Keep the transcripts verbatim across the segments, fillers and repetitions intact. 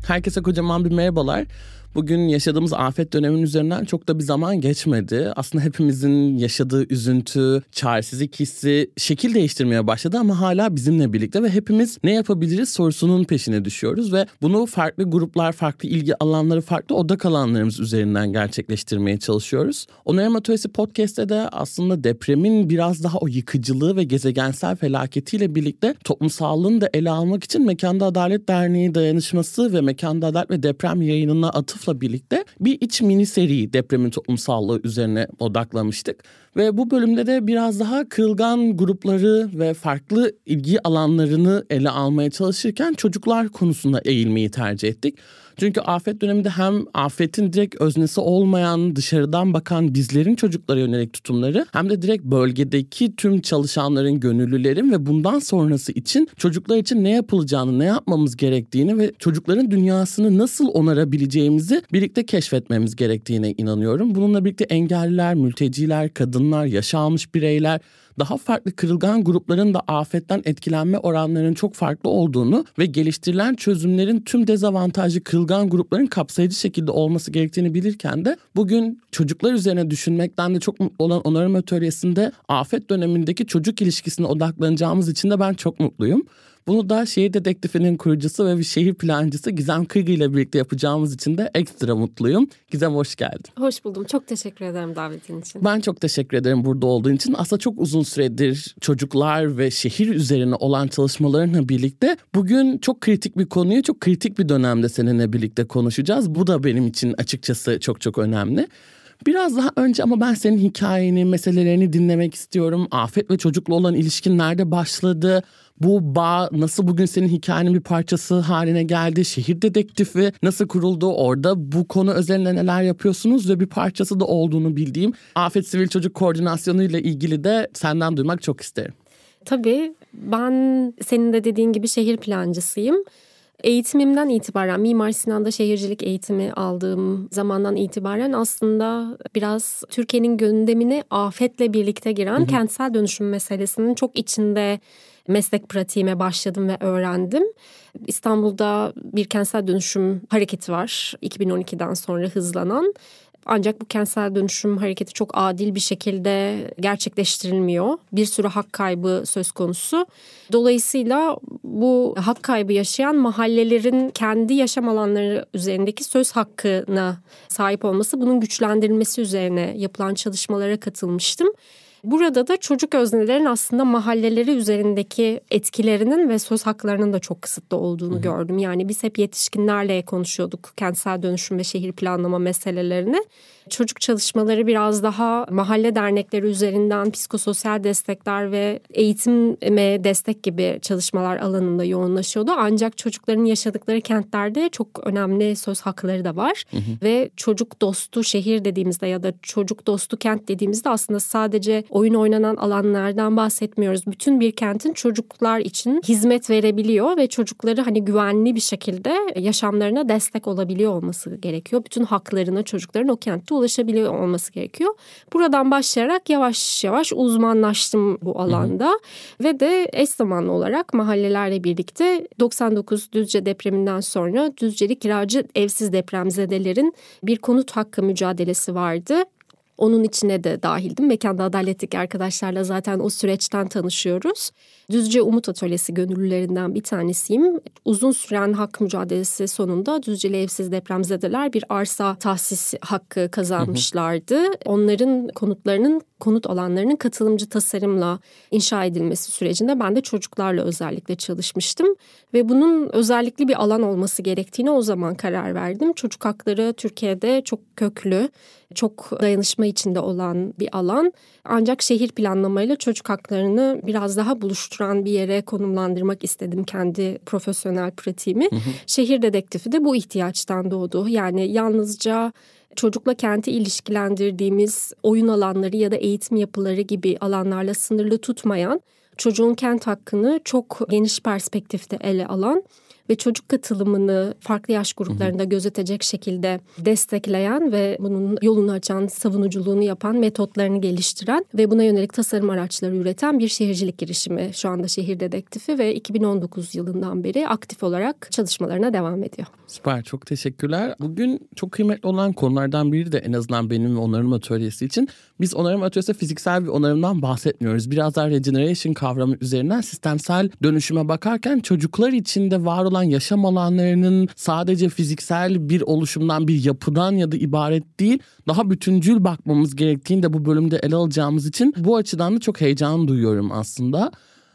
Herkese kocaman bir merhabalar. Bugün yaşadığımız afet döneminin üzerinden çok da bir zaman geçmedi. Aslında hepimizin yaşadığı üzüntü, çaresizlik hissi şekil değiştirmeye başladı ama hala bizimle birlikte ve hepimiz ne yapabiliriz sorusunun peşine düşüyoruz ve bunu farklı gruplar, farklı ilgi alanları, farklı odak alanlarımız üzerinden gerçekleştirmeye çalışıyoruz. Onarım Atölyesi Podcast'te de aslında depremin biraz daha o yıkıcılığı ve gezegensel felaketiyle birlikte toplumsallığını da ele almak için Mekanda Adalet Derneği dayanışması ve Mekanda Adalet ve Deprem yayınına atıf birlikte bir iç mini seri depremin toplumsallığı üzerine odaklamıştık. Ve bu bölümde de biraz daha kırılgan grupları ve farklı ilgi alanlarını ele almaya çalışırken çocuklar konusunda eğilmeyi tercih ettik. Çünkü afet döneminde hem afetin direkt öznesi olmayan, dışarıdan bakan bizlerin çocuklara yönelik tutumları hem de direkt bölgedeki tüm çalışanların, gönüllülerin ve bundan sonrası için çocuklar için ne yapılacağını, ne yapmamız gerektiğini ve çocukların dünyasını nasıl onarabileceğimizi birlikte keşfetmemiz gerektiğine inanıyorum. Bununla birlikte engelliler, mülteciler, kadınlar, yaşa almış bireyler, daha farklı kırılgan grupların da afetten etkilenme oranlarının çok farklı olduğunu ve geliştirilen çözümlerin tüm dezavantajlı kırılgan grupların kapsayıcı şekilde olması gerektiğini bilirken de bugün çocuklar üzerine düşünmekten de çok mutlu olan Onarım Atölyesi'nde afet dönemindeki çocuk ilişkisine odaklanacağımız için de ben çok mutluyum. Bunu da Şehir Dedektifi'nin kurucusu ve bir şehir plancısı Gizem Kırgı ile birlikte yapacağımız için de ekstra mutluyum. Gizem hoş geldin. Hoş buldum. Çok teşekkür ederim davetin için. Ben çok teşekkür ederim burada olduğun için. Aslında çok uzun süredir çocuklar ve şehir üzerine olan çalışmalarınla birlikte bugün çok kritik bir konuyu çok kritik bir dönemde seninle birlikte konuşacağız. Bu da benim için açıkçası çok çok önemli. Biraz daha önce ama ben senin hikayeni, meselelerini dinlemek istiyorum. Afet ve çocukla olan ilişkin nerede başladı? Bu bağ nasıl bugün senin hikayenin bir parçası haline geldi? Şehir Dedektifi nasıl kuruldu? Orada bu konu üzerinde neler yapıyorsunuz ve bir parçası da olduğunu bildiğim Afet Sivil Çocuk Koordinasyonu ile ilgili de senden duymak çok isterim. Tabii ben senin de dediğin gibi şehir plancısıyım. Eğitimimden itibaren Mimar Sinan'da şehircilik eğitimi aldığım zamandan itibaren aslında biraz Türkiye'nin gündemine afetle birlikte giren hı hı. kentsel dönüşüm meselesinin çok içinde meslek pratiğime başladım ve öğrendim. İstanbul'da bir kentsel dönüşüm hareketi var iki bin on ikiden sonra hızlanan. Ancak bu kentsel dönüşüm hareketi çok adil bir şekilde gerçekleştirilmiyor. Bir sürü hak kaybı söz konusu. Dolayısıyla bu hak kaybı yaşayan mahallelerin kendi yaşam alanları üzerindeki söz hakkına sahip olması, bunun güçlendirilmesi üzerine yapılan çalışmalara katılmıştım. Burada da çocuk öznelerin aslında mahalleleri üzerindeki etkilerinin ve söz haklarının da çok kısıtlı olduğunu hı hı. gördüm. Yani biz hep yetişkinlerle konuşuyorduk kentsel dönüşüm ve şehir planlama meselelerini. Çocuk çalışmaları biraz daha mahalle dernekleri üzerinden psikososyal destekler ve eğitime destek gibi çalışmalar alanında yoğunlaşıyordu. Ancak çocukların yaşadıkları kentlerde çok önemli söz hakları da var. Hı hı. Ve çocuk dostu şehir dediğimizde ya da çocuk dostu kent dediğimizde aslında sadece oyun oynanan alanlardan bahsetmiyoruz. Bütün bir kentin çocuklar için hizmet verebiliyor ve çocukları hani güvenli bir şekilde yaşamlarına destek olabiliyor olması gerekiyor. Bütün haklarına çocukların o kentte ulaşabiliyor olması gerekiyor. Buradan başlayarak yavaş yavaş uzmanlaştım bu alanda. Hı hı. Ve de eş zamanlı olarak mahallelerle birlikte doksan dokuz Düzce depreminden sonra Düzce'li kiracı evsiz depremzedelerin bir konut hakkı mücadelesi vardı. Onun içine de dahildim. Mekanda Adalet'lik arkadaşlarla zaten o süreçten tanışıyoruz. Düzce Umut Atölyesi gönüllülerinden bir tanesiyim. Uzun süren hak mücadelesi sonunda Düzce'li evsiz depremzedeler bir arsa tahsis hakkı kazanmışlardı. Hı hı. Onların konutlarının, konut alanlarının katılımcı tasarımla inşa edilmesi sürecinde ben de çocuklarla özellikle çalışmıştım. Ve bunun özellikle bir alan olması gerektiğine o zaman karar verdim. Çocuk hakları Türkiye'de çok köklü, çok dayanışma içinde olan bir alan. Ancak şehir planlamayla çocuk haklarını biraz daha buluşturan bir yere konumlandırmak istedim kendi profesyonel pratiğimi. Hı hı. Şehir Dedektifi de bu ihtiyaçtan doğdu. Yani yalnızca çocukla kenti ilişkilendirdiğimiz oyun alanları ya da eğitim yapıları gibi alanlarla sınırlı tutmayan, çocuğun kent hakkını çok geniş perspektifte ele alan ve çocuk katılımını farklı yaş gruplarında gözetecek şekilde destekleyen ve bunun yolunu açan, savunuculuğunu yapan, metotlarını geliştiren ve buna yönelik tasarım araçları üreten bir şehircilik girişimi. Şu anda Şehir Dedektifi ve iki bin on dokuz yılından beri aktif olarak çalışmalarına devam ediyor. Süper, çok teşekkürler. Bugün çok kıymetli olan konulardan biri de en azından benim ve onarım atölyesi için. Biz onarım atölyesi fiziksel bir onarımdan bahsetmiyoruz. Biraz daha regeneration kavramı üzerinden sistemsel dönüşüme bakarken çocuklar içinde var olan yaşam alanlarının sadece fiziksel bir oluşumdan, bir yapıdan ya da ibaret değil, daha bütüncül bakmamız gerektiğini de bu bölümde ele alacağımız için bu açıdan da çok heyecan duyuyorum aslında.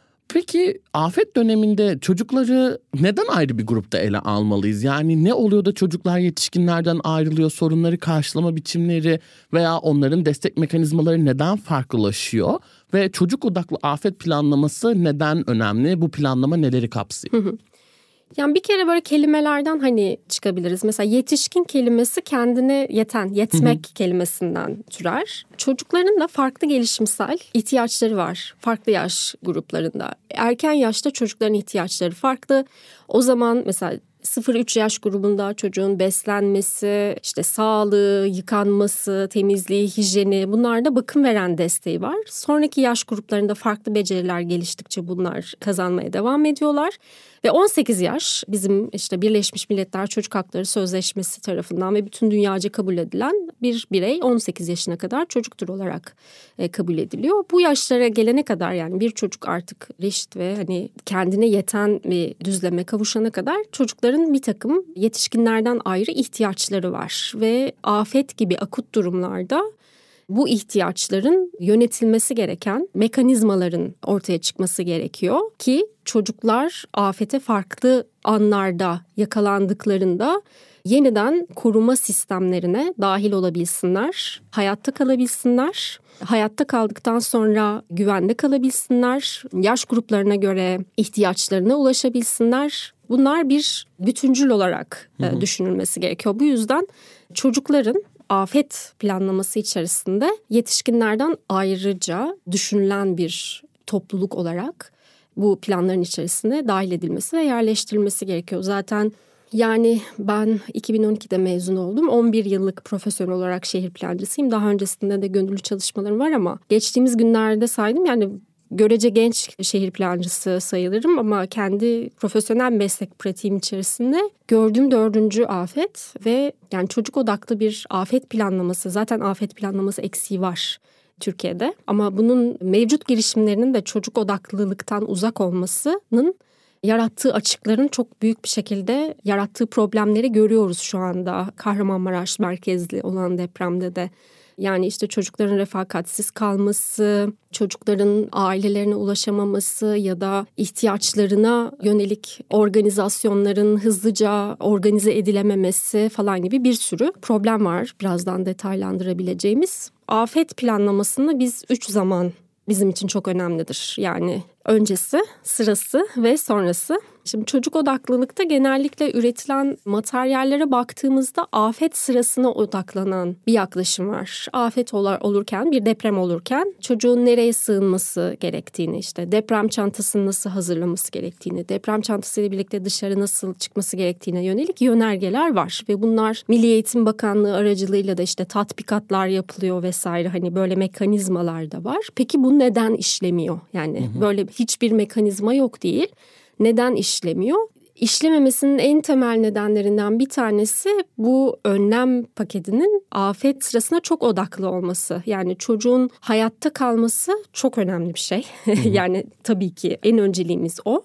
Peki afet döneminde çocukları neden ayrı bir grupta ele almalıyız? Yani ne oluyor da çocuklar yetişkinlerden ayrılıyor, sorunları karşılama biçimleri veya onların destek mekanizmaları neden farklılaşıyor? Ve çocuk odaklı afet planlaması neden önemli? Bu planlama neleri kapsıyor? Hı hı. Yani bir kere böyle kelimelerden hani çıkabiliriz. Mesela yetişkin kelimesi kendine yeten, yetmek hı hı. kelimesinden türer. Çocukların da farklı gelişimsel ihtiyaçları var. Farklı yaş gruplarında. Erken yaşta çocukların ihtiyaçları farklı. O zaman mesela sıfır üç yaş grubunda çocuğun beslenmesi, işte sağlığı, yıkanması, temizliği, hijyeni, bunlarda bakım veren desteği var. Sonraki yaş gruplarında farklı beceriler geliştikçe bunlar kazanmaya devam ediyorlar. Ve on sekiz yaş bizim işte Birleşmiş Milletler Çocuk Hakları Sözleşmesi tarafından ve bütün dünyaca kabul edilen bir birey on sekiz yaşına kadar çocuktur olarak kabul ediliyor. Bu yaşlara gelene kadar, yani bir çocuk artık reşit ve hani kendine yeten bir düzleme kavuşana kadar çocukların bir takım yetişkinlerden ayrı ihtiyaçları var. Ve afet gibi akut durumlarda bu ihtiyaçların yönetilmesi gereken mekanizmaların ortaya çıkması gerekiyor ki çocuklar afete farklı anlarda yakalandıklarında yeniden koruma sistemlerine dahil olabilsinler, hayatta kalabilsinler, hayatta kaldıktan sonra güvende kalabilsinler, yaş gruplarına göre ihtiyaçlarına ulaşabilsinler. Bunlar bir bütüncül olarak hı hı. düşünülmesi gerekiyor. Bu yüzden çocukların afet planlaması içerisinde yetişkinlerden ayrıca düşünülen bir topluluk olarak bu planların içerisine dahil edilmesi ve yerleştirilmesi gerekiyor. Zaten yani ben iki bin on ikide mezun oldum. on bir yıllık profesyonel olarak şehir plancısıyım. Daha öncesinde de gönüllü çalışmalarım var ama geçtiğimiz günlerde saydım, yani görece genç şehir plancısı sayılırım ama kendi profesyonel meslek pratiğim içerisinde gördüğüm dördüncü afet ve yani çocuk odaklı bir afet planlaması. Zaten afet planlaması eksiği var Türkiye'de ama bunun mevcut girişimlerinin de çocuk odaklılıktan uzak olmasının yarattığı açıkların çok büyük bir şekilde yarattığı problemleri görüyoruz şu anda. Kahramanmaraş merkezli olan depremde de. Yani işte çocukların refakatsiz kalması, çocukların ailelerine ulaşamaması ya da ihtiyaçlarına yönelik organizasyonların hızlıca organize edilememesi falan gibi bir sürü problem var. Birazdan detaylandırabileceğimiz. Afet planlamasını biz üç zaman bizim için çok önemlidir. Yani öncesi, sırası ve sonrası. Şimdi çocuk odaklılıkta genellikle üretilen materyallere baktığımızda afet sırasına odaklanan bir yaklaşım var. Afet olurken, bir deprem olurken çocuğun nereye sığınması gerektiğini, işte deprem çantasını nasıl hazırlaması gerektiğini, deprem çantasıyla birlikte dışarı nasıl çıkması gerektiğine yönelik yönergeler var. Ve bunlar Milli Eğitim Bakanlığı aracılığıyla da işte tatbikatlar yapılıyor vesaire, hani böyle mekanizmalar da var. Peki bu neden işlemiyor? Yani hı hı. böyle hiçbir mekanizma yok değil. Neden işlemiyor? İşlememesinin en temel nedenlerinden bir tanesi bu önlem paketinin afet sırasında çok odaklı olması. Yani çocuğun hayatta kalması çok önemli bir şey. Yani tabii ki en önceliğimiz o.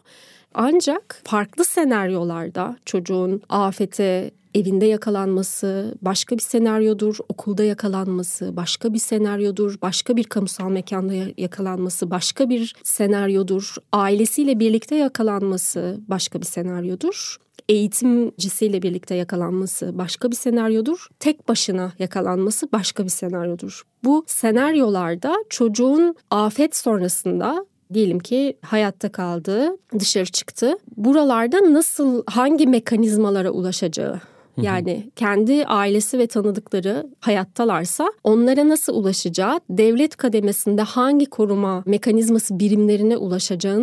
Ancak farklı senaryolarda çocuğun afete evinde yakalanması başka bir senaryodur, okulda yakalanması başka bir senaryodur, başka bir kamusal mekanda yakalanması başka bir senaryodur, ailesiyle birlikte yakalanması başka bir senaryodur, eğitimcisiyle birlikte yakalanması başka bir senaryodur, tek başına yakalanması başka bir senaryodur. Bu senaryolarda çocuğun afet sonrasında diyelim ki hayatta kaldı, dışarı çıktı. Buralarda nasıl, hangi mekanizmalara ulaşacağı, yani kendi ailesi ve tanıdıkları hayattalarsa onlara nasıl ulaşacağı, devlet kademesinde hangi koruma mekanizması birimlerine ulaşacağını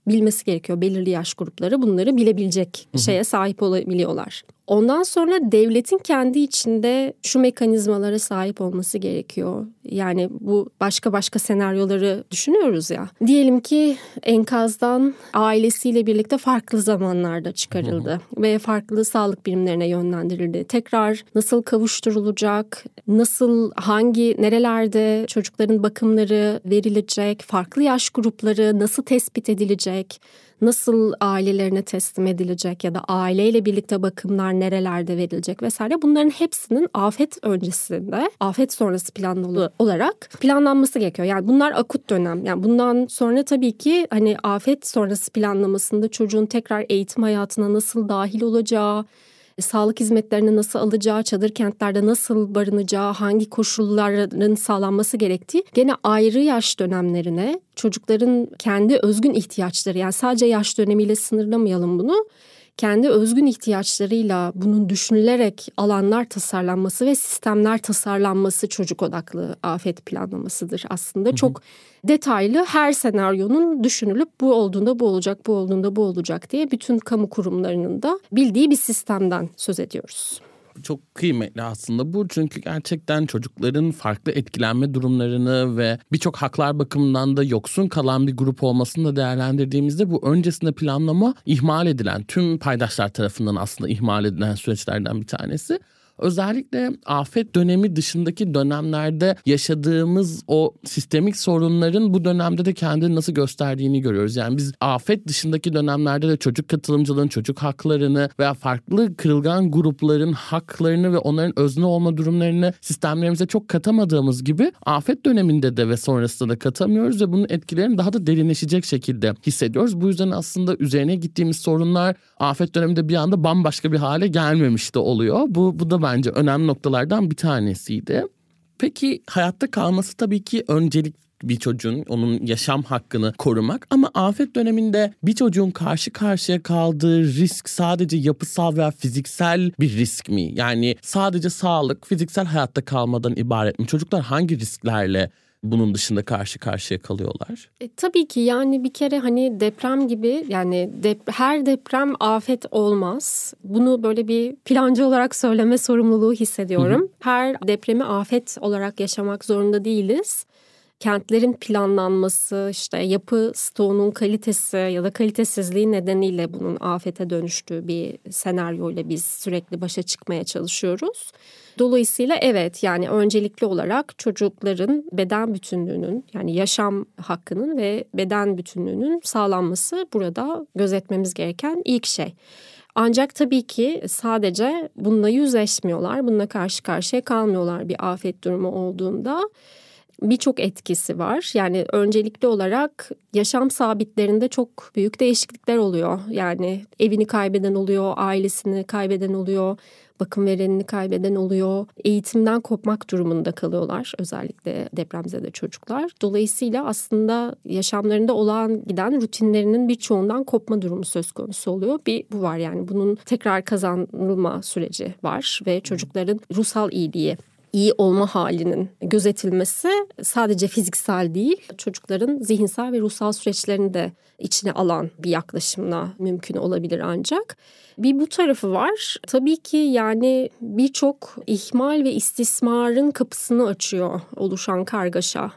bilmesi gerekiyor. Belirli yaş grupları bunları bilebilecek şeye sahip olabiliyorlar. Ondan sonra devletin kendi içinde şu mekanizmalara sahip olması gerekiyor. Yani bu başka başka senaryoları düşünüyoruz ya. Diyelim ki enkazdan ailesiyle birlikte farklı zamanlarda çıkarıldı. Hı hı. Ve farklı sağlık birimlerine yönlendirildi. Tekrar nasıl kavuşturulacak, nasıl, hangi, nerelerde çocukların bakımları verilecek, farklı yaş grupları nasıl tespit edilecek, nasıl ailelerine teslim edilecek ya da aileyle birlikte bakımlar nerelerde verilecek vesaire. Bunların hepsinin afet öncesinde, afet sonrası planlı olarak planlanması gerekiyor. Yani bunlar akut dönem. Yani bundan sonra tabii ki hani afet sonrası planlamasında çocuğun tekrar eğitim hayatına nasıl dahil olacağı, sağlık hizmetlerini nasıl alacağı, çadır kentlerde nasıl barınacağı, hangi koşulların sağlanması gerektiği gene ayrı yaş dönemlerine, çocukların kendi özgün ihtiyaçları, yani sadece yaş dönemiyle sınırlamayalım bunu. Kendi özgün ihtiyaçlarıyla bunun düşünülerek alanlar tasarlanması ve sistemler tasarlanması çocuk odaklı afet planlamasıdır aslında. Hı hı. Çok detaylı, her senaryonun düşünülüp bu olduğunda bu olacak, bu olduğunda bu olacak diye bütün kamu kurumlarının da bildiği bir sistemden söz ediyoruz. Çok kıymetli aslında bu, çünkü gerçekten çocukların farklı etkilenme durumlarını ve birçok haklar bakımından da yoksun kalan bir grup olmasını da değerlendirdiğimizde bu öncesinde planlama ihmal edilen, tüm paydaşlar tarafından aslında ihmal edilen süreçlerden bir tanesi. Özellikle afet dönemi dışındaki dönemlerde yaşadığımız o sistemik sorunların bu dönemde de kendini nasıl gösterdiğini görüyoruz. Yani biz afet dışındaki dönemlerde de çocuk katılımcılığın, çocuk haklarını veya farklı kırılgan grupların haklarını ve onların özne olma durumlarını sistemlerimize çok katamadığımız gibi afet döneminde de ve sonrasında da katamıyoruz ve bunun etkilerini daha da derinleşecek şekilde hissediyoruz. Bu yüzden aslında üzerine gittiğimiz sorunlar afet döneminde bir anda bambaşka bir hale gelmemiş de oluyor. Bu, bu da bence önemli noktalardan bir tanesiydi. Peki hayatta kalması tabii ki öncelik bir çocuğun, onun yaşam hakkını korumak, ama afet döneminde bir çocuğun karşı karşıya kaldığı risk sadece yapısal veya fiziksel bir risk mi? Yani sadece sağlık, fiziksel hayatta kalmadan ibaret mi? Çocuklar hangi risklerle bunun dışında karşı karşıya kalıyorlar? E, tabii ki yani bir kere hani deprem gibi, yani dep- her deprem afet olmaz. Bunu böyle bir plancı olarak söyleme sorumluluğu hissediyorum. Hı hı. Her depremi afet olarak yaşamak zorunda değiliz. Kentlerin planlanması, işte yapı stoğunun kalitesi ya da kalitesizliği nedeniyle bunun afete dönüştüğü bir senaryoyla biz sürekli başa çıkmaya çalışıyoruz. Dolayısıyla evet, yani öncelikli olarak çocukların beden bütünlüğünün, yani yaşam hakkının ve beden bütünlüğünün sağlanması burada gözetmemiz gereken ilk şey. Ancak tabii ki sadece bununla yüzleşmiyorlar, bununla karşı karşıya kalmıyorlar bir afet durumu olduğunda. Birçok etkisi var. Yani öncelikli olarak yaşam sabitlerinde çok büyük değişiklikler oluyor. Yani evini kaybeden oluyor, ailesini kaybeden oluyor, bakım verenini kaybeden oluyor. Eğitimden kopmak durumunda kalıyorlar, özellikle depremzede çocuklar. Dolayısıyla aslında yaşamlarında olan giden rutinlerinin birçoğundan kopma durumu söz konusu oluyor. Bir bu var, yani bunun tekrar kazanılma süreci var ve çocukların ruhsal iyiliği, iyi olma halinin gözetilmesi sadece fiziksel değil, çocukların zihinsel ve ruhsal süreçlerini de içine alan bir yaklaşımla mümkün olabilir ancak. Bir bu tarafı var. Tabii ki yani birçok ihmal ve istismarın kapısını açıyor oluşan kargaşa.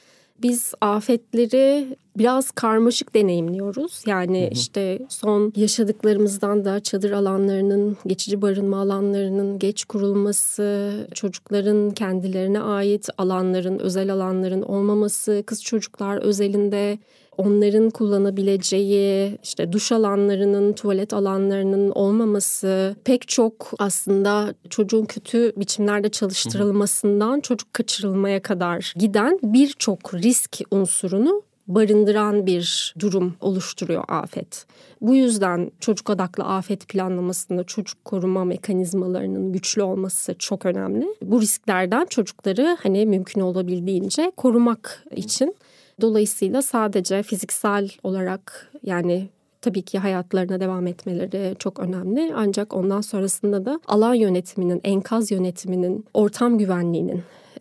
Biz afetleri biraz karmaşık deneyimliyoruz. Yani hı hı. işte son yaşadıklarımızdan da çadır alanlarının, geçici barınma alanlarının geç kurulması, çocukların kendilerine ait alanların, özel alanların olmaması, kız çocuklar özelinde onların kullanabileceği işte duş alanlarının, tuvalet alanlarının olmaması, pek çok aslında çocuğun kötü biçimlerde çalıştırılmasından çocuk kaçırılmaya kadar giden birçok risk unsurunu barındıran bir durum oluşturuyor afet. Bu yüzden çocuk odaklı afet planlamasında çocuk koruma mekanizmalarının güçlü olması çok önemli. Bu risklerden çocukları hani mümkün olabildiğince korumak için. Dolayısıyla sadece fiziksel olarak, yani tabii ki hayatlarına devam etmeleri çok önemli. Ancak ondan sonrasında da alan yönetiminin, enkaz yönetiminin, ortam güvenliğinin,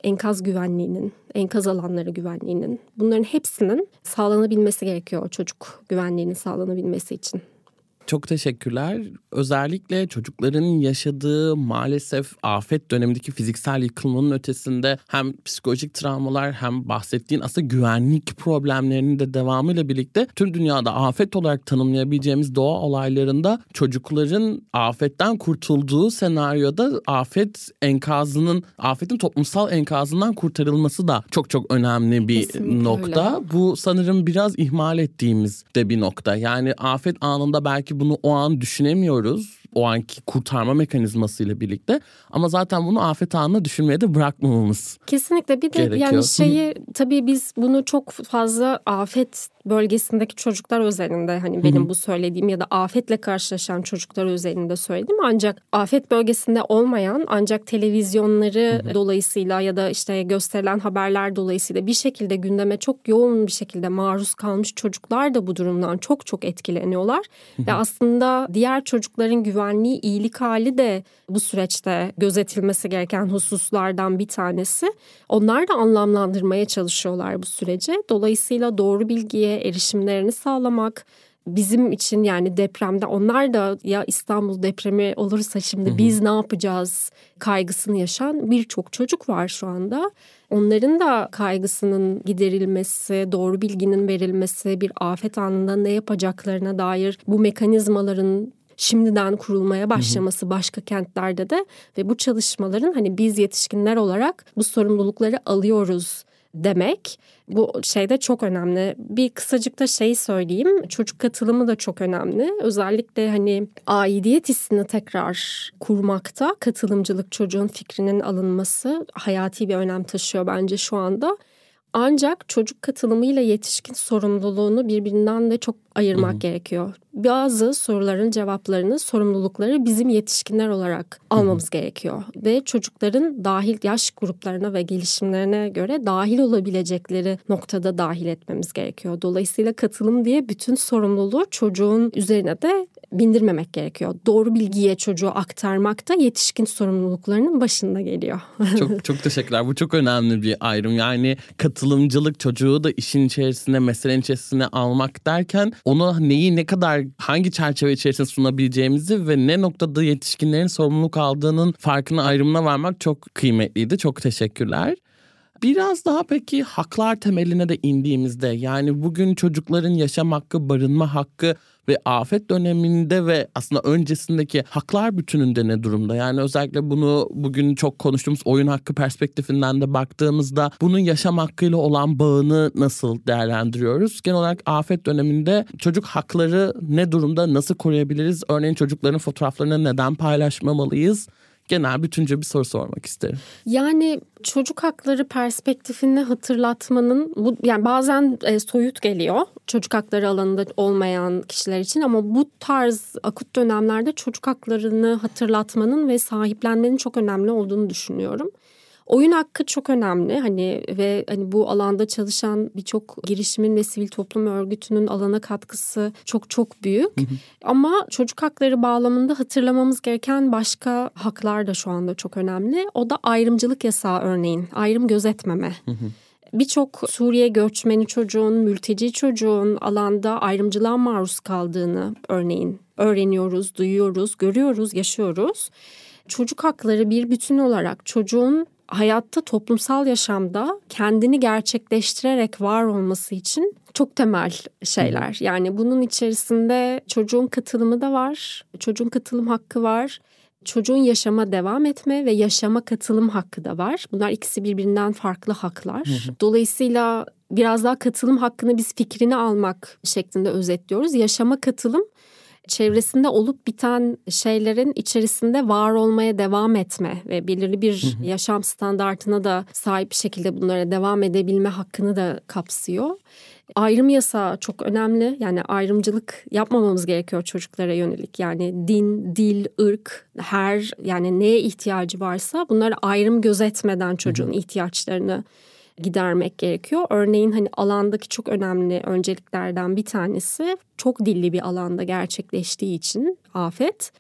enkaz güvenliğinin, enkaz alanları güvenliğinin, bunların hepsinin sağlanabilmesi gerekiyor çocuk güvenliğinin sağlanabilmesi için. Çok teşekkürler. Özellikle çocukların yaşadığı maalesef afet dönemindeki fiziksel yıkılmanın ötesinde hem psikolojik travmalar hem bahsettiğin aslında güvenlik problemlerinin de devamıyla birlikte tüm dünyada afet olarak tanımlayabileceğimiz doğa olaylarında çocukların afetten kurtulduğu senaryoda afet enkazının, afetin toplumsal enkazından kurtarılması da çok çok önemli bir Kesinlikle nokta. öyle. Bu sanırım biraz ihmal ettiğimiz de bir nokta. Yani afet anında belki bunu o an düşünemiyoruz. O anki kurtarma mekanizmasıyla birlikte. Ama zaten bunu afet anında düşünmeye de bırakmamamız kesinlikle. Bir de gerekiyor. yani şeyi tabii biz bunu çok fazla afet bölgesindeki çocuklar özelinde hani benim Hı-hı. bu söylediğim ya da afetle karşılaşan çocuklar özelinde söyledim. Ancak afet bölgesinde olmayan ancak televizyonları Hı-hı. dolayısıyla ya da işte gösterilen haberler dolayısıyla bir şekilde gündeme çok yoğun bir şekilde maruz kalmış çocuklar da bu durumdan çok çok etkileniyorlar. Hı-hı. Ve aslında diğer çocukların güvenliği, iyilik hali de bu süreçte gözetilmesi gereken hususlardan bir tanesi. Onlar da anlamlandırmaya çalışıyorlar bu süreci. Dolayısıyla doğru bilgiye erişimlerini sağlamak bizim için, yani depremde onlar da ya İstanbul depremi olursa şimdi hı hı. biz ne yapacağız kaygısını yaşayan birçok çocuk var şu anda. Onların da kaygısının giderilmesi, doğru bilginin verilmesi, bir afet anında ne yapacaklarına dair bu mekanizmaların şimdiden kurulmaya başlaması başka kentlerde de ve bu çalışmaların hani biz yetişkinler olarak bu sorumlulukları alıyoruz demek. Bu şey de çok önemli. Bir kısacık da şey söyleyeyim. Çocuk katılımı da çok önemli. Özellikle hani aidiyet hissini tekrar kurmakta katılımcılık, çocuğun fikrinin alınması hayati bir önem taşıyor bence şu anda. Ancak çocuk katılımıyla yetişkin sorumluluğunu birbirinden de çok ayırmak hı hı. gerekiyor. Bazı soruların cevaplarını, sorumlulukları bizim yetişkinler olarak almamız hı hı. gerekiyor. Ve çocukların dahil yaş gruplarına ve gelişimlerine göre dahil olabilecekleri noktada dahil etmemiz gerekiyor. Dolayısıyla katılım diye bütün sorumluluğu çocuğun üzerine de bindirmemek gerekiyor. Doğru bilgiye çocuğu aktarmak da yetişkin sorumluluklarının başında geliyor. Çok çok teşekkürler. Bu çok önemli bir ayrım. Yani katılımcılık, çocuğu da işin içerisine, meselenin içerisine almak derken ona neyi ne kadar hangi çerçeve içerisinde sunabileceğimizi ve ne noktada yetişkinlerin sorumluluk aldığının farkına, ayrımına varmak çok kıymetliydi. Çok teşekkürler. Biraz daha peki haklar temeline de indiğimizde, yani bugün çocukların yaşam hakkı, barınma hakkı ve afet döneminde ve aslında öncesindeki haklar bütününde ne durumda? Yani özellikle bunu bugün çok konuştuğumuz oyun hakkı perspektifinden de baktığımızda bunun yaşam hakkıyla olan bağını nasıl değerlendiriyoruz? Genel olarak afet döneminde çocuk hakları ne durumda, nasıl koruyabiliriz? Örneğin çocukların fotoğraflarını neden paylaşmamalıyız? Genel bütünce bir soru sormak isterim. Yani çocuk hakları perspektifini hatırlatmanın bu, yani bazen e, soyut geliyor çocuk hakları alanında olmayan kişiler için, ama bu tarz akut dönemlerde çocuk haklarını hatırlatmanın ve sahiplenmenin çok önemli olduğunu düşünüyorum. Oyun hakkı çok önemli hani ve hani bu alanda çalışan birçok girişimin ve sivil toplum örgütünün alana katkısı çok çok büyük. Hı hı. Ama çocuk hakları bağlamında hatırlamamız gereken başka haklar da şu anda çok önemli. O da ayrımcılık yasağı örneğin, ayrım gözetmeme. Hı hı. Birçok Suriye göçmeni çocuğun, mülteci çocuğun alanda ayrımcılığa maruz kaldığını örneğin öğreniyoruz, duyuyoruz, görüyoruz, yaşıyoruz. Çocuk hakları bir bütün olarak çocuğun hayatta, toplumsal yaşamda kendini gerçekleştirerek var olması için çok temel şeyler. Yani bunun içerisinde çocuğun katılımı da var, çocuğun katılım hakkı var. Çocuğun yaşama devam etme ve yaşama katılım hakkı da var. Bunlar ikisi birbirinden farklı haklar. Hı hı. Dolayısıyla biraz daha katılım hakkını biz fikrini almak şeklinde özetliyoruz. Yaşama katılım, çevresinde olup biten şeylerin içerisinde var olmaya devam etme ve belirli bir hı hı. yaşam standartına da sahip bir şekilde bunlara devam edebilme hakkını da kapsıyor. Ayrım yasağı çok önemli. Yani ayrımcılık yapmamamız gerekiyor çocuklara yönelik. Yani din, dil, ırk, her yani neye ihtiyacı varsa bunları ayrım gözetmeden çocuğun hı hı. ihtiyaçlarını gidermek gerekiyor. Örneğin hani alandaki çok önemli önceliklerden bir tanesi çok dilli bir alanda gerçekleştiği için afet.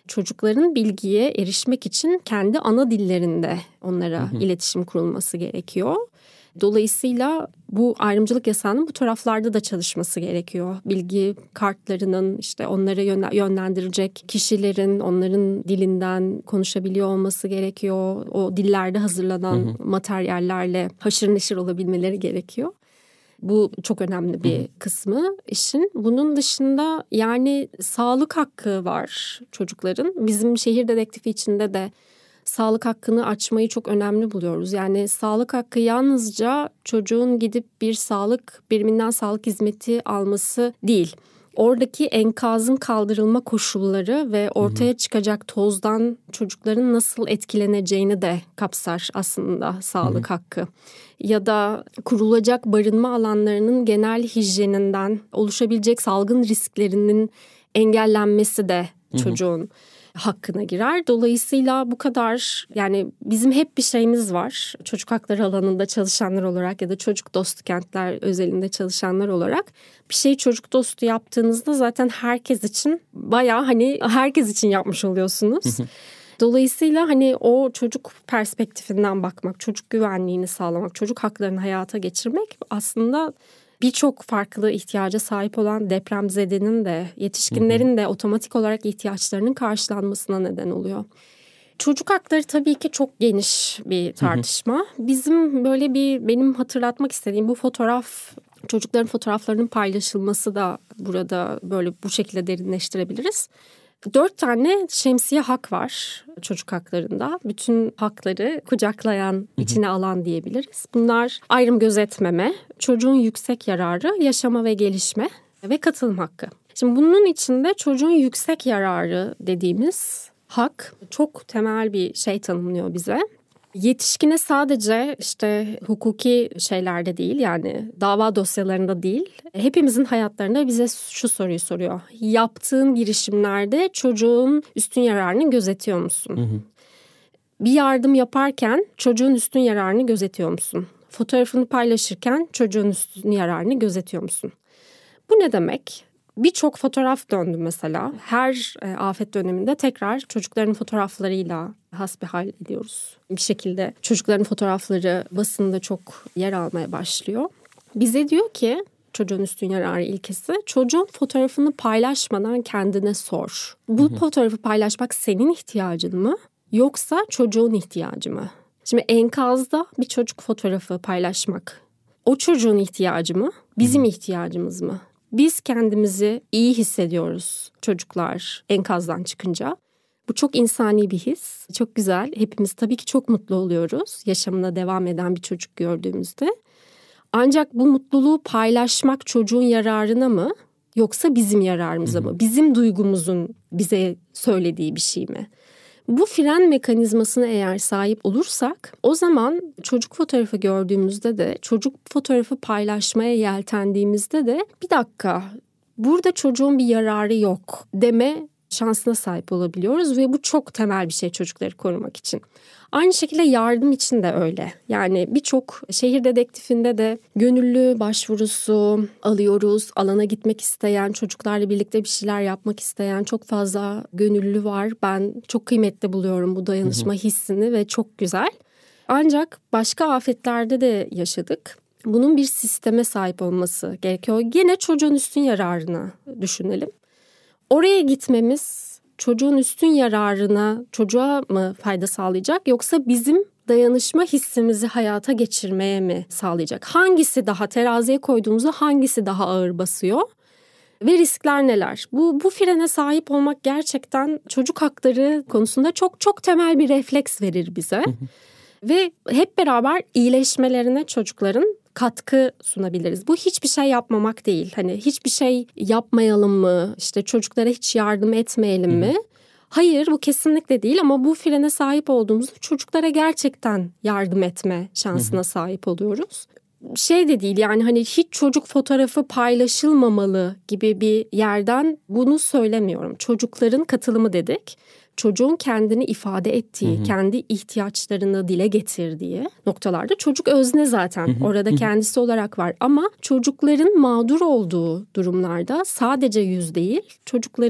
çocukların bilgiye erişmek için kendi ana dillerinde onlara hı hı. iletişim kurulması gerekiyor. Dolayısıyla bu ayrımcılık yasağının bu taraflarda da çalışması gerekiyor. Bilgi kartlarının işte onlara yönlendirecek kişilerin onların dilinden konuşabiliyor olması gerekiyor. O dillerde hazırlanan hı hı. materyallerle haşır neşir olabilmeleri gerekiyor. Bu çok önemli bir hı hı. kısmı işin. Bunun dışında yani sağlık hakkı var çocukların. Bizim şehir dedektifi içinde de sağlık hakkını açmayı çok önemli buluyoruz. Yani sağlık hakkı yalnızca çocuğun gidip bir sağlık biriminden sağlık hizmeti alması değil. Oradaki enkazın kaldırılma koşulları ve ortaya çıkacak tozdan çocukların nasıl etkileneceğini de kapsar aslında sağlık hı hı. hakkı. Ya da kurulacak barınma alanlarının genel hijyeninden oluşabilecek salgın risklerinin engellenmesi de çocuğun hı hı. hakkına girer. Dolayısıyla bu kadar yani bizim hep bir şeyimiz var. Çocuk hakları alanında çalışanlar olarak ya da çocuk dostu kentler özelinde çalışanlar olarak bir şeyi çocuk dostu yaptığınızda zaten herkes için bayağı hani herkes için yapmış oluyorsunuz. Dolayısıyla hani o çocuk perspektifinden bakmak, çocuk güvenliğini sağlamak, çocuk haklarını hayata geçirmek aslında birçok farklı ihtiyaca sahip olan depremzedenin de yetişkinlerin de otomatik olarak ihtiyaçlarının karşılanmasına neden oluyor. Çocuk hakları tabii ki çok geniş bir tartışma. Bizim böyle bir benim hatırlatmak istediğim bu fotoğraf, çocukların fotoğraflarının paylaşılması da burada böyle bu şekilde derinleştirebiliriz. Dört tane şemsiye hak var çocuk haklarında. Bütün hakları kucaklayan, içine alan diyebiliriz. Bunlar ayrım gözetmeme, çocuğun yüksek yararı, yaşama ve gelişme ve katılım hakkı. Şimdi bunun içinde çocuğun yüksek yararı dediğimiz hak çok temel bir şey tanımlıyor bize. Yetişkine sadece işte hukuki şeylerde değil yani dava dosyalarında değil hepimizin hayatlarında bize şu soruyu soruyor. Yaptığın girişimlerde çocuğun üstün yararını gözetiyor musun? Hı hı. Bir yardım yaparken çocuğun üstün yararını gözetiyor musun? Fotoğrafını paylaşırken çocuğun üstün yararını gözetiyor musun? Bu ne demek? Birçok fotoğraf döndü mesela. Her e, afet döneminde tekrar çocukların fotoğraflarıyla hasbihal ediyoruz. Bir şekilde çocukların fotoğrafları basında çok yer almaya başlıyor. Bize diyor ki çocuğun üstün yararı ilkesi çocuğun fotoğrafını paylaşmadan kendine sor. Bu hı hı. fotoğrafı paylaşmak senin ihtiyacın mı yoksa çocuğun ihtiyacı mı? Şimdi enkazda bir çocuk fotoğrafı paylaşmak o çocuğun ihtiyacı mı bizim hı hı. ihtiyacımız mı? Biz kendimizi iyi hissediyoruz çocuklar enkazdan çıkınca. Bu çok insani bir his, çok güzel. Hepimiz tabii ki çok mutlu oluyoruz yaşamına devam eden bir çocuk gördüğümüzde. Ancak bu mutluluğu paylaşmak çocuğun yararına mı yoksa bizim yararımıza mı? Bizim duygumuzun bize söylediği bir şey mi? Bu fren mekanizmasına eğer sahip olursak o zaman çocuk fotoğrafı gördüğümüzde de çocuk fotoğrafı paylaşmaya yeltendiğimizde de bir dakika burada çocuğun bir yararı yok deme şansına sahip olabiliyoruz ve bu çok temel bir şey çocukları korumak için. Aynı şekilde yardım için de öyle. Yani birçok şehir dedektifinde de gönüllü başvurusu alıyoruz. Alana gitmek isteyen, çocuklarla birlikte bir şeyler yapmak isteyen çok fazla gönüllü var. Ben çok kıymetli buluyorum bu dayanışma hissini ve çok güzel. Ancak başka afetlerde de yaşadık. Bunun bir sisteme sahip olması gerekiyor. Gene çocuğun üstün yararını düşünelim. Oraya gitmemiz çocuğun üstün yararına çocuğa mı fayda sağlayacak yoksa bizim dayanışma hissimizi hayata geçirmeye mi sağlayacak? Hangisi daha teraziye koyduğumuzda hangisi daha ağır basıyor? Ve riskler neler? Bu, bu frene sahip olmak gerçekten çocuk hakları konusunda çok çok temel bir refleks verir bize. Ve hep beraber iyileşmelerine çocukların katkı sunabiliriz. Bu hiçbir şey yapmamak değil. Hani hiçbir şey yapmayalım mı? İşte çocuklara hiç yardım etmeyelim mi? Hayır, bu kesinlikle değil ama bu frene sahip olduğumuzda çocuklara gerçekten yardım etme şansına sahip oluyoruz. Şey de değil yani hani hiç çocuk fotoğrafı paylaşılmamalı gibi bir yerden bunu söylemiyorum. Çocukların katılımı dedik. Çocuğun kendini ifade ettiği, hı hı. kendi ihtiyaçlarını dile getirdiği noktalarda çocuk özne zaten hı hı. orada kendisi olarak var. Ama çocukların mağdur olduğu durumlarda sadece yüz değil, çocukların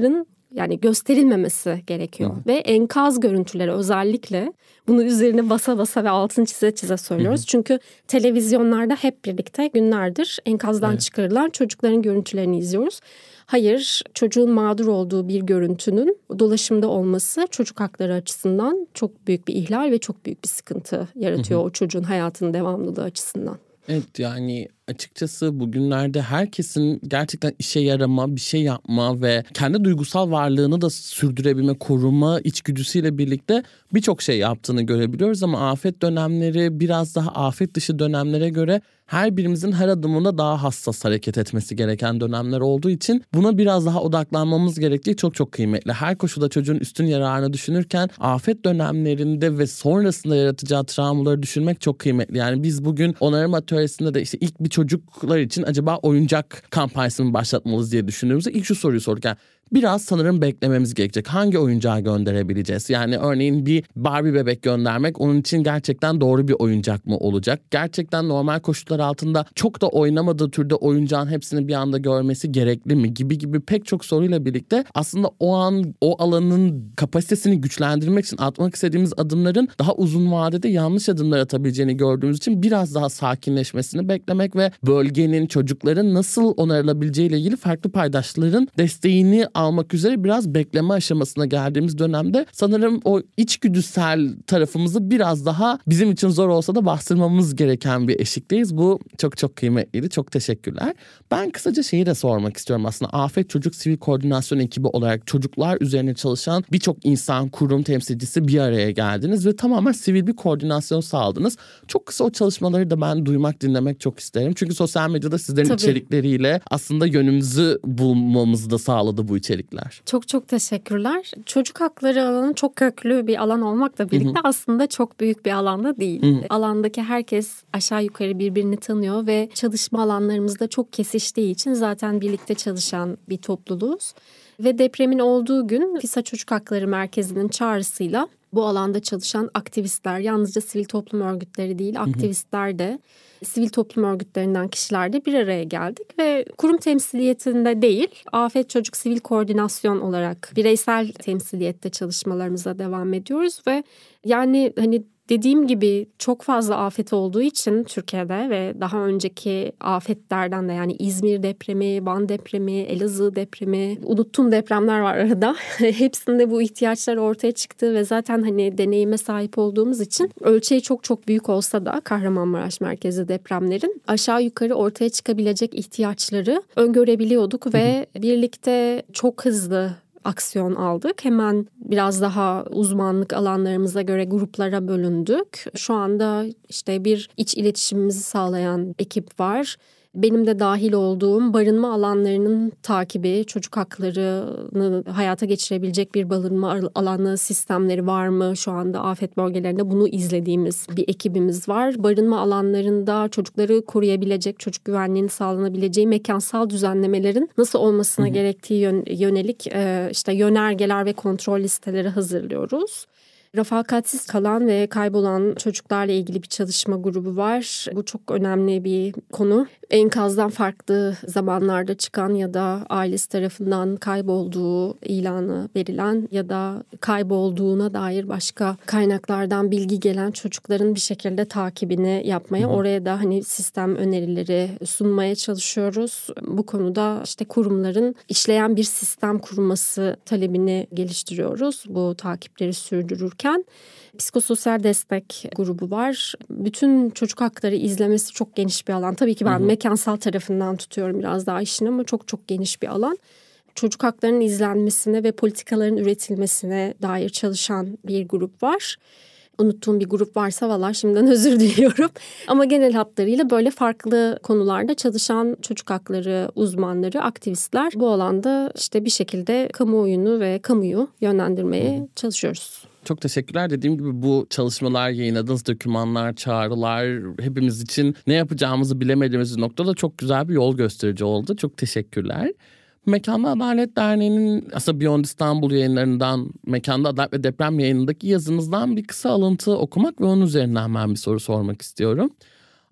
yani gösterilmemesi gerekiyor. Hı. Ve enkaz görüntüleri özellikle bunu üzerine basa basa ve altını çize çize söylüyoruz. Hı hı. Çünkü televizyonlarda hep birlikte günlerdir enkazdan evet. çıkarılan çocukların görüntülerini izliyoruz. Hayır, çocuğun mağdur olduğu bir görüntünün dolaşımda olması çocuk hakları açısından çok büyük bir ihlal ve çok büyük bir sıkıntı yaratıyor hı hı. o çocuğun hayatının devamlılığı açısından. Evet, yani açıkçası bugünlerde herkesin gerçekten işe yarama, bir şey yapma ve kendi duygusal varlığını da sürdürebilme, koruma içgüdüsüyle birlikte birçok şey yaptığını görebiliyoruz. Ama afet dönemleri biraz daha afet dışı dönemlere göre her birimizin her adımında daha hassas hareket etmesi gereken dönemler olduğu için buna biraz daha odaklanmamız gerektiği çok çok kıymetli. Her koşulda çocuğun üstün yararını düşünürken afet dönemlerinde ve sonrasında yaratacağı travmaları düşünmek çok kıymetli. Yani biz bugün onarım atölyesinde de işte ilk bir çocuklar için acaba oyuncak kampanyasını başlatmalıyız diye düşündüğümüzde ilk şu soruyu sorduk. Yani biraz sanırım beklememiz gerekecek. Hangi oyuncağı gönderebileceğiz? Yani örneğin bir Barbie bebek göndermek onun için gerçekten doğru bir oyuncak mı olacak? Gerçekten normal koşullar altında çok da oynamadığı türde oyuncağın hepsini bir anda görmesi gerekli mi? Gibi gibi pek çok soruyla birlikte aslında o an o alanın kapasitesini güçlendirmek için atmak istediğimiz adımların daha uzun vadede yanlış adımlar atabileceğini gördüğümüz için biraz daha sakinleşmesini beklemek ve bölgenin, çocukların nasıl onarılabileceğiyle ilgili farklı paydaşların desteğini almak üzere biraz bekleme aşamasına geldiğimiz dönemde sanırım o içgüdüsel tarafımızı biraz daha bizim için zor olsa da bastırmamız gereken bir eşikteyiz. Bu çok çok kıymetliydi. Çok teşekkürler. Ben kısaca şeyi de sormak istiyorum aslında. Afet Çocuk Sivil Koordinasyon ekibi olarak çocuklar üzerine çalışan birçok insan, kurum temsilcisi bir araya geldiniz ve tamamen sivil bir koordinasyon sağladınız. Çok kısa o çalışmaları da ben duymak, dinlemek çok isterim. Çünkü sosyal medyada sizlerin Tabii. içerikleriyle aslında yönümüzü bulmamızı da sağladı bu içerikler. Çok çok teşekkürler. Çocuk hakları alanı çok köklü bir alan olmakla birlikte Hı-hı. aslında çok büyük bir alanda değil. Hı-hı. Alandaki herkes aşağı yukarı birbirini tanıyor ve çalışma alanlarımızda çok kesiştiği için zaten birlikte çalışan bir topluluğuz. Ve depremin olduğu gün FİSA Çocuk Hakları Merkezi'nin çağrısıyla bu alanda çalışan aktivistler, yalnızca sivil toplum örgütleri değil, aktivistler de, sivil toplum örgütlerinden kişiler de bir araya geldik ve kurum temsiliyetinde değil, Afet Çocuk Sivil Koordinasyon olarak bireysel temsiliyette çalışmalarımıza devam ediyoruz ve yani hani dediğim gibi çok fazla afet olduğu için Türkiye'de ve daha önceki afetlerden de yani İzmir depremi, Van depremi, Elazığ depremi, unuttuğum depremler var arada. Hepsinde bu ihtiyaçlar ortaya çıktı ve zaten hani deneyime sahip olduğumuz için ölçeği çok çok büyük olsa da Kahramanmaraş merkezi depremlerin aşağı yukarı ortaya çıkabilecek ihtiyaçları öngörebiliyorduk ve birlikte çok hızlı aksiyon aldık. Hemen biraz daha uzmanlık alanlarımıza göre gruplara bölündük. Şu anda işte bir iç iletişimimizi sağlayan ekip var. Benim de dahil olduğum barınma alanlarının takibi, çocuk haklarını hayata geçirebilecek bir barınma alanı sistemleri var mı? Şu anda afet bölgelerinde bunu izlediğimiz bir ekibimiz var. Barınma alanlarında çocukları koruyabilecek, çocuk güvenliğinin sağlanabileceği mekansal düzenlemelerin nasıl olmasına Hı-hı. gerektiği yönelik işte yönergeler ve kontrol listeleri hazırlıyoruz. Refakatsiz kalan ve kaybolan çocuklarla ilgili bir çalışma grubu var. Bu çok önemli bir konu. Enkazdan farklı zamanlarda çıkan ya da ailesi tarafından kaybolduğu ilanı verilen ya da kaybolduğuna dair başka kaynaklardan bilgi gelen çocukların bir şekilde takibini yapmaya, hı hı. oraya da hani sistem önerileri sunmaya çalışıyoruz. Bu konuda işte kurumların işleyen bir sistem kurması talebini geliştiriyoruz. Bu takipleri sürdürürken. Psikososyal destek grubu var. Bütün çocuk hakları izlemesi çok geniş bir alan. Tabii ki ben hı hı. mekansal tarafından tutuyorum biraz daha işini ama çok çok geniş bir alan. Çocuk haklarının izlenmesine ve politikaların üretilmesine dair çalışan bir grup var. Unuttuğum bir grup varsa valla şimdiden özür diliyorum. Ama genel hatlarıyla böyle farklı konularda çalışan çocuk hakları uzmanları, aktivistler bu alanda işte bir şekilde kamuoyunu ve kamuyu yönlendirmeye hı hı. çalışıyoruz. Çok teşekkürler. Dediğim gibi bu çalışmalar, yayınladığınız dokümanlar, çağrılar hepimiz için ne yapacağımızı bilemediğimiz noktada çok güzel bir yol gösterici oldu. Çok teşekkürler. Mekanlı Adalet Derneği'nin aslında Beyond İstanbul yayınlarından Mekanlı Adalet ve Deprem yayınındaki yazınızdan bir kısa alıntı okumak ve onun üzerinden ben bir soru sormak istiyorum.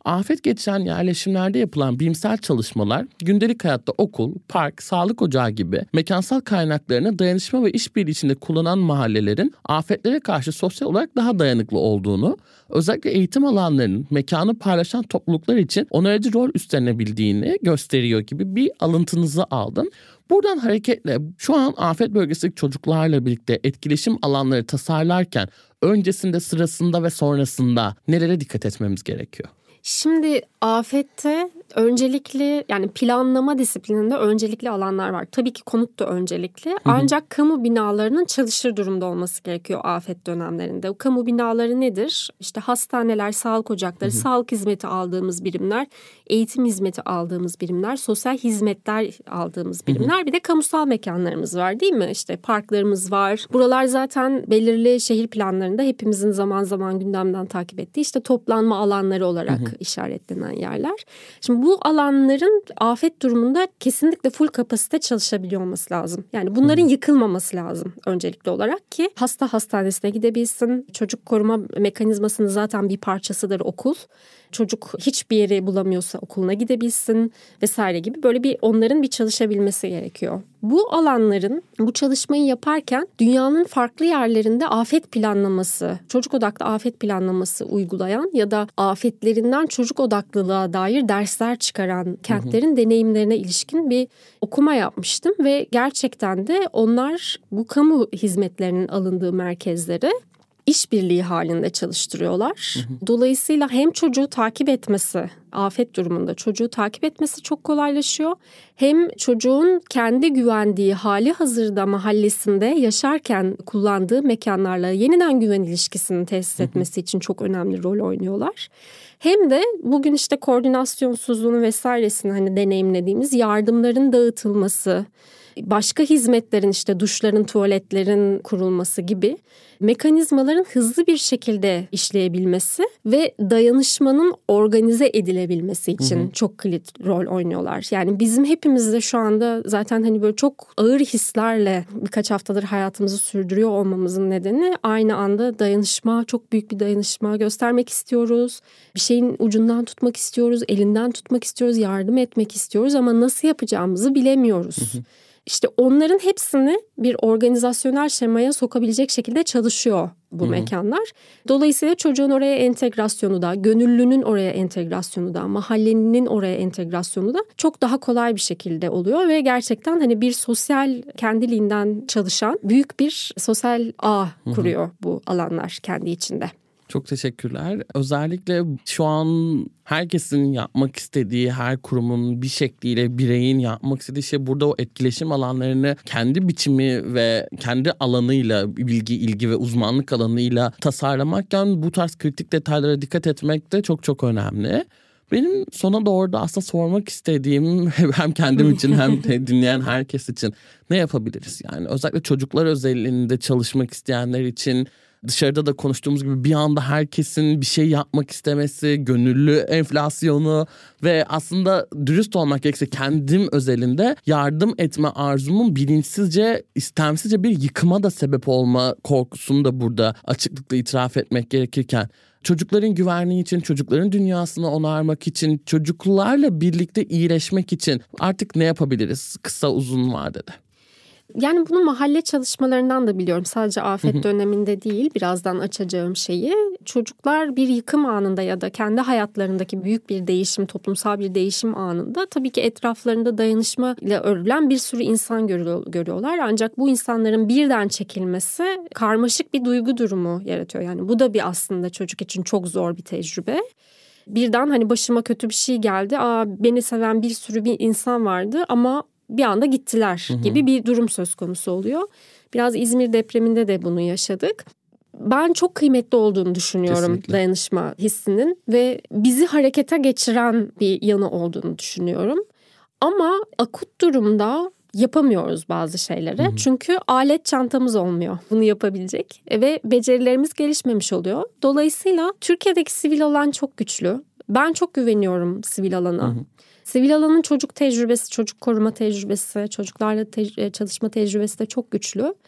Afet geçiren yerleşimlerde yapılan bilimsel çalışmalar gündelik hayatta okul, park, sağlık ocağı gibi mekansal kaynaklarını dayanışma ve işbirliği içinde kullanan mahallelerin afetlere karşı sosyal olarak daha dayanıklı olduğunu, özellikle eğitim alanlarının mekanı paylaşan topluluklar için onarıcı rol üstlenebildiğini gösteriyor gibi bir alıntınızı aldım. Buradan hareketle şu an afet bölgesindeki çocuklarla birlikte etkileşim alanları tasarlarken öncesinde, sırasında ve sonrasında nelere dikkat etmemiz gerekiyor? Şimdi afette öncelikli, yani planlama disiplininde öncelikli alanlar var. Tabii ki konut da öncelikli. Hı hı. Ancak kamu binalarının çalışır durumda olması gerekiyor afet dönemlerinde. O kamu binaları nedir? İşte hastaneler, sağlık ocakları, hı hı. sağlık hizmeti aldığımız birimler, eğitim hizmeti aldığımız birimler, sosyal hizmetler aldığımız birimler. Hı hı. Bir de kamusal mekanlarımız var, değil mi? İşte parklarımız var. Buralar zaten belirli şehir planlarında hepimizin zaman zaman gündemden takip ettiği işte toplanma alanları olarak hı hı. işaretlenen yerler. Şimdi bu alanların afet durumunda kesinlikle full kapasite çalışabiliyor olması lazım. Yani bunların hmm. yıkılmaması lazım öncelikli olarak ki hasta hastanesine gidebilsin. Çocuk koruma mekanizmasının zaten bir parçasıdır okul. Çocuk hiçbir yeri bulamıyorsa okuluna gidebilsin vesaire gibi böyle bir onların bir çalışabilmesi gerekiyor. Bu alanların bu çalışmayı yaparken dünyanın farklı yerlerinde afet planlaması, çocuk odaklı afet planlaması uygulayan ya da afetlerinden çocuk odaklılığa dair dersler çıkaran kentlerin hı hı. deneyimlerine ilişkin bir okuma yapmıştım ve gerçekten de onlar bu kamu hizmetlerinin alındığı merkezleri işbirliği halinde çalıştırıyorlar. Hı hı. Dolayısıyla hem çocuğu takip etmesi, afet durumunda çocuğu takip etmesi çok kolaylaşıyor. Hem çocuğun kendi güvendiği hali hazırda mahallesinde yaşarken kullandığı mekanlarla yeniden güven ilişkisini tesis etmesi hı hı. için çok önemli rol oynuyorlar. Hem de bugün işte koordinasyonsuzluğunu vesairesini hani deneyimlediğimiz yardımların dağıtılması, başka hizmetlerin işte duşların, tuvaletlerin kurulması gibi mekanizmaların hızlı bir şekilde işleyebilmesi ve dayanışmanın organize edilebilmesi için hı hı. çok kilit rol oynuyorlar. Yani bizim hepimizde şu anda zaten hani böyle çok ağır hislerle birkaç haftadır hayatımızı sürdürüyor olmamızın nedeni aynı anda dayanışma, çok büyük bir dayanışma göstermek istiyoruz. Bir şeyin ucundan tutmak istiyoruz, elinden tutmak istiyoruz, yardım etmek istiyoruz ama nasıl yapacağımızı bilemiyoruz. Hı hı. İşte onların hepsini bir organizasyonel şemaya sokabilecek şekilde çalışıyor bu Hı-hı. mekanlar. Dolayısıyla çocuğun oraya entegrasyonu da, gönüllünün oraya entegrasyonu da, mahallenin oraya entegrasyonu da çok daha kolay bir şekilde oluyor ve gerçekten hani bir sosyal kendiliğinden çalışan büyük bir sosyal ağ kuruyor Hı-hı. bu alanlar kendi içinde. Çok teşekkürler. Özellikle şu an herkesin yapmak istediği, her kurumun bir şekliyle bireyin yapmak istediği şey burada o etkileşim alanlarını kendi biçimi ve kendi alanıyla, bilgi, ilgi ve uzmanlık alanıyla tasarlamakken bu tarz kritik detaylara dikkat etmek de çok çok önemli. Benim sona doğru da aslında sormak istediğim hem kendim için hem de dinleyen herkes için ne yapabiliriz? Yani özellikle çocuklar özelliğinde çalışmak isteyenler için dışarıda da konuştuğumuz gibi bir anda herkesin bir şey yapmak istemesi, gönüllü enflasyonu ve aslında dürüst olmak gerekirse kendim özelinde yardım etme arzumun bilinçsizce, istemsizce bir yıkıma da sebep olma korkusunu da burada açıklıkla itiraf etmek gerekirken çocukların güvenliği için, çocukların dünyasını onarmak için, çocuklarla birlikte iyileşmek için artık ne yapabiliriz kısa uzun vadede? Yani bunu mahalle çalışmalarından da biliyorum. Sadece afet hı hı. döneminde değil, birazdan açacağım şeyi. Çocuklar bir yıkım anında ya da kendi hayatlarındaki büyük bir değişim, toplumsal bir değişim anında tabii ki etraflarında dayanışma ile örülen bir sürü insan görüyorlar. Ancak bu insanların birden çekilmesi karmaşık bir duygu durumu yaratıyor. Yani bu da bir aslında çocuk için çok zor bir tecrübe. Birden hani başıma kötü bir şey geldi. Aa, beni seven bir sürü bir insan vardı ama bir anda gittiler gibi bir durum söz konusu oluyor. Biraz İzmir depreminde de bunu yaşadık. Ben çok kıymetli olduğunu düşünüyorum Kesinlikle. dayanışma hissinin ve bizi harekete geçiren bir yanı olduğunu düşünüyorum. Ama akut durumda yapamıyoruz bazı şeyleri. Hı hı. Çünkü alet çantamız olmuyor bunu yapabilecek ve becerilerimiz gelişmemiş oluyor. Dolayısıyla Türkiye'deki sivil alan çok güçlü. Ben çok güveniyorum sivil alana. Hı hı. Sivil alanın çocuk tecrübesi, çocuk koruma tecrübesi, çocuklarla te- çalışma tecrübesi de çok güçlü.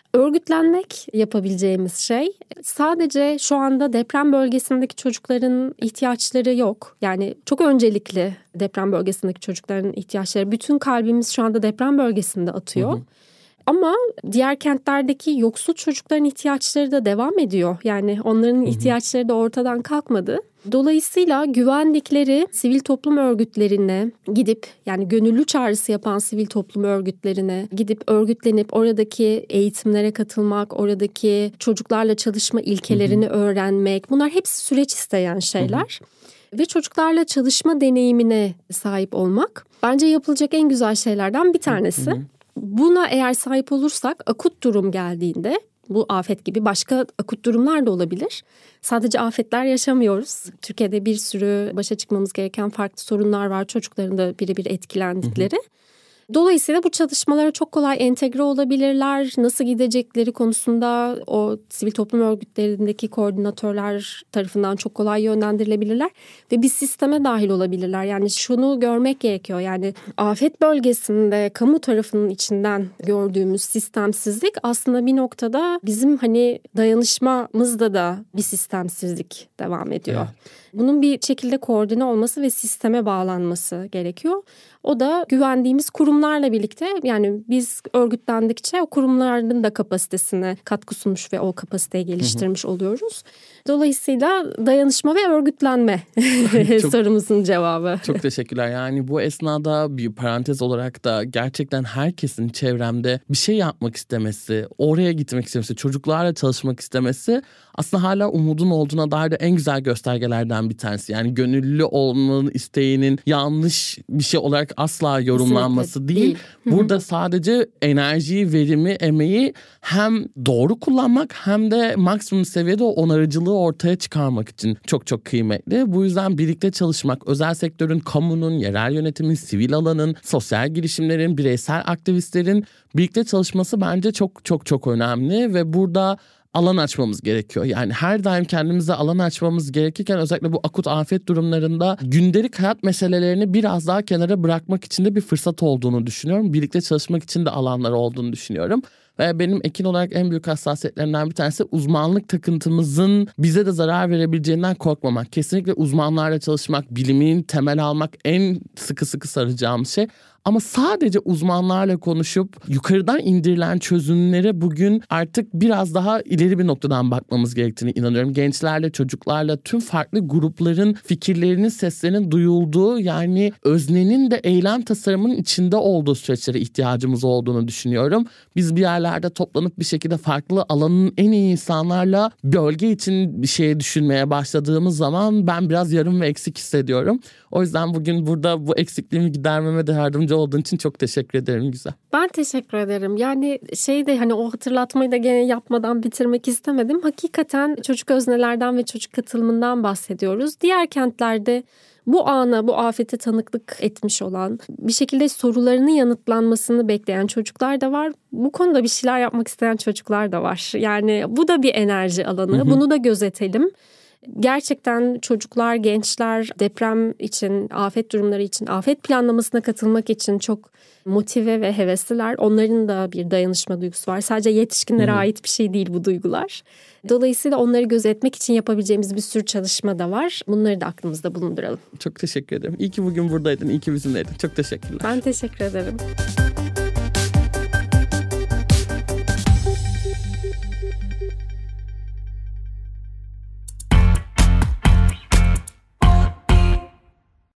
Örgütlenmek yapabileceğimiz şey. Sadece şu anda deprem bölgesindeki çocukların ihtiyaçları yok. Yani çok öncelikli deprem bölgesindeki çocukların ihtiyaçları. Bütün kalbimiz şu anda deprem bölgesinde atıyor. Hı hı. Ama diğer kentlerdeki yoksul çocukların ihtiyaçları da devam ediyor. Yani onların hı hı. ihtiyaçları da ortadan kalkmadı. Dolayısıyla güvendikleri sivil toplum örgütlerine gidip, yani gönüllü çağrısı yapan sivil toplum örgütlerine gidip örgütlenip oradaki eğitimlere katılmak, oradaki çocuklarla çalışma ilkelerini hı hı. öğrenmek, bunlar hepsi süreç isteyen şeyler. Hı hı. Ve çocuklarla çalışma deneyimine sahip olmak bence yapılacak en güzel şeylerden bir tanesi. Hı hı. Buna eğer sahip olursak akut durum geldiğinde, bu afet gibi başka akut durumlar da olabilir. Sadece afetler yaşamıyoruz. Türkiye'de bir sürü başa çıkmamız gereken farklı sorunlar var. Çocukların da birebir etkilendikleri. Hı hı. Dolayısıyla bu çalışmalara çok kolay entegre olabilirler. Nasıl gidecekleri konusunda o sivil toplum örgütlerindeki koordinatörler tarafından çok kolay yönlendirilebilirler. Ve bir sisteme dahil olabilirler. Yani şunu görmek gerekiyor. Yani afet bölgesinde kamu tarafının içinden gördüğümüz sistemsizlik aslında bir noktada bizim hani dayanışmamızda da bir sistemsizlik devam ediyor. Evet. Bunun bir şekilde koordine olması ve sisteme bağlanması gerekiyor. O da güvendiğimiz kurumlarla birlikte, yani biz örgütlendikçe o kurumların da kapasitesine katkı sunmuş ve o kapasiteyi geliştirmiş hı hı. oluyoruz. Dolayısıyla dayanışma ve örgütlenme çok, sorumuzun cevabı. Çok teşekkürler. Yani bu esnada bir parantez olarak da gerçekten herkesin çevremde bir şey yapmak istemesi, oraya gitmek istemesi, çocuklarla çalışmak istemesi aslında hala umudun olduğuna dair de en güzel göstergelerden bir tanesi. Yani gönüllü olmanın isteğinin yanlış bir şey olarak asla yorumlanması değil. değil. Burada sadece enerjiyi, verimi, emeği hem doğru kullanmak hem de maksimum seviyede o onarıcılığı ortaya çıkarmak için çok çok kıymetli. Bu yüzden birlikte çalışmak, özel sektörün, kamunun, yerel yönetimin, sivil alanın, sosyal girişimlerin, bireysel aktivistlerin birlikte çalışması bence çok çok çok önemli ve burada alan açmamız gerekiyor. Yani her daim kendimize alan açmamız gerekirken özellikle bu akut afet durumlarında gündelik hayat meselelerini biraz daha kenara bırakmak için de bir fırsat olduğunu düşünüyorum. Birlikte çalışmak için de alanlar olduğunu düşünüyorum. Ve benim Ekin olarak en büyük hassasiyetlerimden bir tanesi uzmanlık takıntımızın bize de zarar verebileceğinden korkmamak. Kesinlikle uzmanlarla çalışmak, bilimin temel almak en sıkı sıkı saracağımız şey. Ama sadece uzmanlarla konuşup yukarıdan indirilen çözümlere bugün artık biraz daha ileri bir noktadan bakmamız gerektiğini inanıyorum. Gençlerle, çocuklarla, tüm farklı grupların fikirlerinin, seslerinin duyulduğu, yani öznenin de eylem tasarımının içinde olduğu süreçlere ihtiyacımız olduğunu düşünüyorum. Biz bir yerlerde toplanıp bir şekilde farklı alanın en iyi insanlarla bölge için bir şey düşünmeye başladığımız zaman ben biraz yarım ve eksik hissediyorum. O yüzden bugün burada bu eksikliğimi gidermeme de yardımcı olduğun için çok teşekkür ederim Güzel. Ben teşekkür ederim. Yani şey de hani o hatırlatmayı da gene yapmadan bitirmek istemedim. Hakikaten çocuk öznelerden ve çocuk katılımından bahsediyoruz. Diğer kentlerde bu ana, bu afete tanıklık etmiş olan, bir şekilde sorularını yanıtlanmasını bekleyen çocuklar da var. Bu konuda bir şeyler yapmak isteyen çocuklar da var. Yani bu da bir enerji alanı. Hı hı. Bunu da gözetelim. Gerçekten çocuklar, gençler deprem için, afet durumları için, afet planlamasına katılmak için çok motive ve hevesliler. Onların da bir dayanışma duygusu var. Sadece yetişkinlere hmm. ait bir şey değil bu duygular. Dolayısıyla onları gözetmek için yapabileceğimiz bir sürü çalışma da var. Bunları da aklımızda bulunduralım. Çok teşekkür ederim. İyi ki bugün buradaydın, iyi ki bizimleydin. Çok teşekkürler. Ben teşekkür ederim.